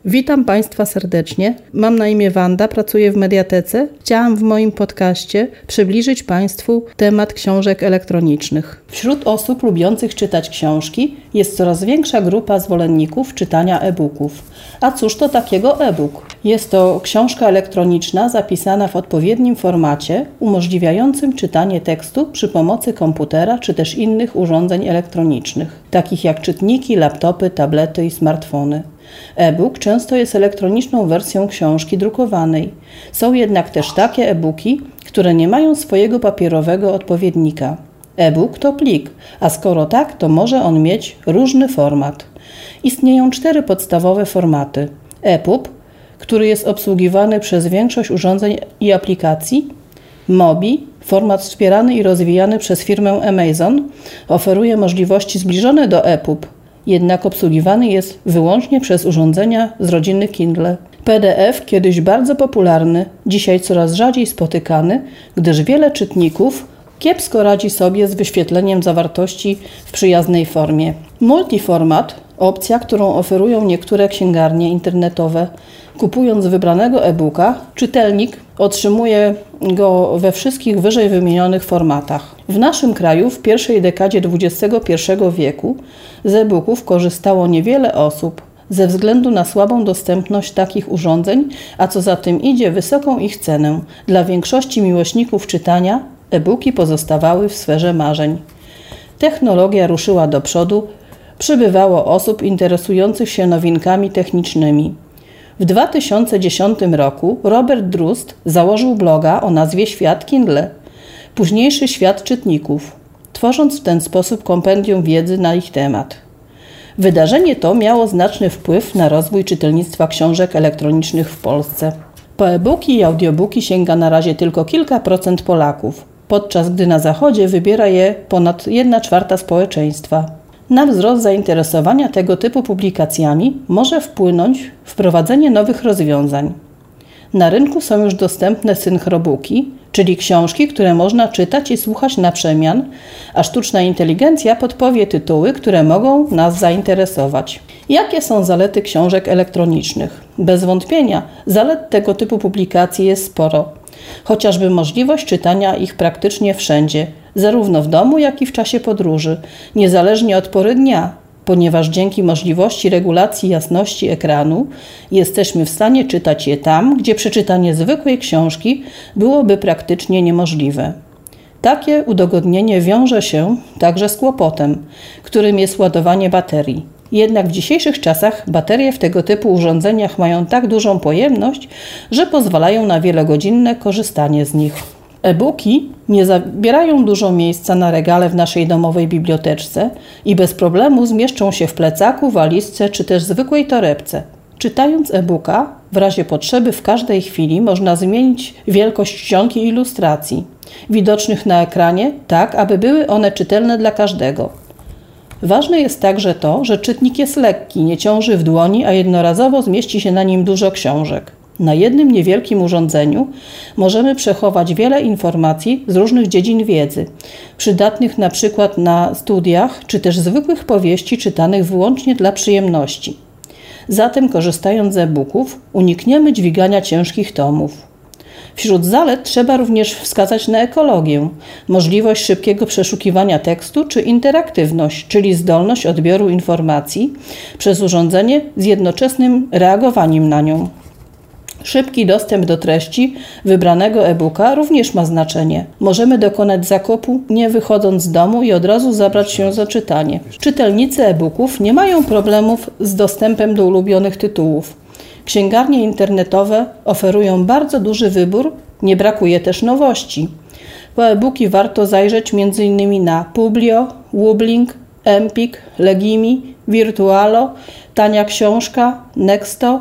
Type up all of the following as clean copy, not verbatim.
Witam Państwa serdecznie. Mam na imię Wanda, pracuję w Mediatece. Chciałam w moim podcaście przybliżyć Państwu temat książek elektronicznych. Wśród osób lubiących czytać książki jest coraz większa grupa zwolenników czytania e-booków. A cóż to takiego e-book? Jest to książka elektroniczna zapisana w odpowiednim formacie, umożliwiającym czytanie tekstu przy pomocy komputera czy też innych urządzeń elektronicznych, takich jak czytniki, laptopy, tablety i smartfony. E-book często jest elektroniczną wersją książki drukowanej. Są jednak też takie e-booki, które nie mają swojego papierowego odpowiednika. E-book to plik, a skoro tak, to może on mieć różny format. Istnieją 4 podstawowe formaty. EPUB, który jest obsługiwany przez większość urządzeń i aplikacji. MOBI, format wspierany i rozwijany przez firmę Amazon, oferuje możliwości zbliżone do EPUB, jednak obsługiwany jest wyłącznie przez urządzenia z rodziny Kindle. PDF, kiedyś bardzo popularny, dzisiaj coraz rzadziej spotykany, gdyż wiele czytników kiepsko radzi sobie z wyświetleniem zawartości w przyjaznej formie. Multiformat, opcja, którą oferują niektóre księgarnie internetowe. Kupując wybranego e-booka, czytelnik otrzymuje go we wszystkich wyżej wymienionych formatach. W naszym kraju w pierwszej dekadzie XXI wieku z e-booków korzystało niewiele osób ze względu na słabą dostępność takich urządzeń, a co za tym idzie wysoką ich cenę. Dla większości miłośników czytania e-booki pozostawały w sferze marzeń. Technologia ruszyła do przodu, przybywało osób interesujących się nowinkami technicznymi. W 2010 roku Robert Drust założył bloga o nazwie Świat Kindle, późniejszy świat czytników, tworząc w ten sposób kompendium wiedzy na ich temat. Wydarzenie to miało znaczny wpływ na rozwój czytelnictwa książek elektronicznych w Polsce. Po e-booki i audiobooki sięga na razie tylko kilka procent Polaków, podczas gdy na Zachodzie wybiera je ponad 1/4 społeczeństwa. Na wzrost zainteresowania tego typu publikacjami może wpłynąć wprowadzenie nowych rozwiązań. Na rynku są już dostępne synchronbooki, czyli książki, które można czytać i słuchać na przemian, a sztuczna inteligencja podpowie tytuły, które mogą nas zainteresować. Jakie są zalety książek elektronicznych? Bez wątpienia zalet tego typu publikacji jest sporo. Chociażby możliwość czytania ich praktycznie wszędzie, zarówno w domu, jak i w czasie podróży, niezależnie od pory dnia, ponieważ dzięki możliwości regulacji jasności ekranu jesteśmy w stanie czytać je tam, gdzie przeczytanie zwykłej książki byłoby praktycznie niemożliwe. Takie udogodnienie wiąże się także z kłopotem, którym jest ładowanie baterii. Jednak w dzisiejszych czasach baterie w tego typu urządzeniach mają tak dużą pojemność, że pozwalają na wielogodzinne korzystanie z nich. E-booki nie zabierają dużo miejsca na regale w naszej domowej biblioteczce i bez problemu zmieszczą się w plecaku, walizce czy też zwykłej torebce. Czytając e-booka, w razie potrzeby w każdej chwili można zmienić wielkość czcionki i ilustracji, widocznych na ekranie, tak aby były one czytelne dla każdego. Ważne jest także to, że czytnik jest lekki, nie ciąży w dłoni, a jednorazowo zmieści się na nim dużo książek. Na jednym niewielkim urządzeniu możemy przechować wiele informacji z różnych dziedzin wiedzy, przydatnych na przykład na studiach, czy też zwykłych powieści czytanych wyłącznie dla przyjemności. Zatem korzystając z e-booków unikniemy dźwigania ciężkich tomów. Wśród zalet trzeba również wskazać na ekologię, możliwość szybkiego przeszukiwania tekstu czy interaktywność, czyli zdolność odbioru informacji przez urządzenie z jednoczesnym reagowaniem na nią. Szybki dostęp do treści wybranego e-booka również ma znaczenie. Możemy dokonać zakupu nie wychodząc z domu i od razu zabrać się za czytanie. Czytelnicy e-booków nie mają problemów z dostępem do ulubionych tytułów. Księgarnie internetowe oferują bardzo duży wybór, nie brakuje też nowości. Po e-booki warto zajrzeć m.in. na Publio, Woobling, Empik, Legimi, Virtualo, Tania Książka, Nexto,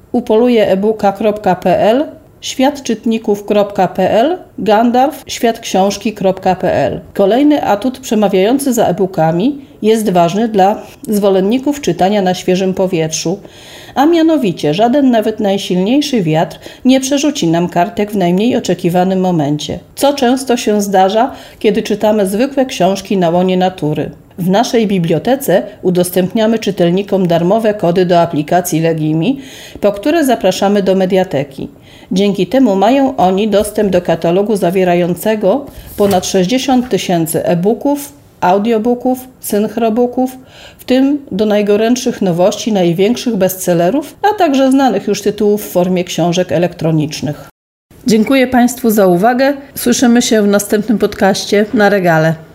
upolujeebuka.pl, światczytników.pl, Gandalf, światksiążki.pl. Kolejny atut przemawiający za e-bookami jest ważny dla zwolenników czytania na świeżym powietrzu, a mianowicie żaden nawet najsilniejszy wiatr nie przerzuci nam kartek w najmniej oczekiwanym momencie, co często się zdarza, kiedy czytamy zwykłe książki na łonie natury. W naszej bibliotece udostępniamy czytelnikom darmowe kody do aplikacji Legimi, po które zapraszamy do mediateki. Dzięki temu mają oni dostęp do katalogu zawierającego ponad 60 000 e-booków, audiobooków, synchробooków, w tym do najgorętszych nowości, największych bestsellerów, a także znanych już tytułów w formie książek elektronicznych. Dziękuję Państwu za uwagę. Słyszymy się w następnym podcaście Na Regale.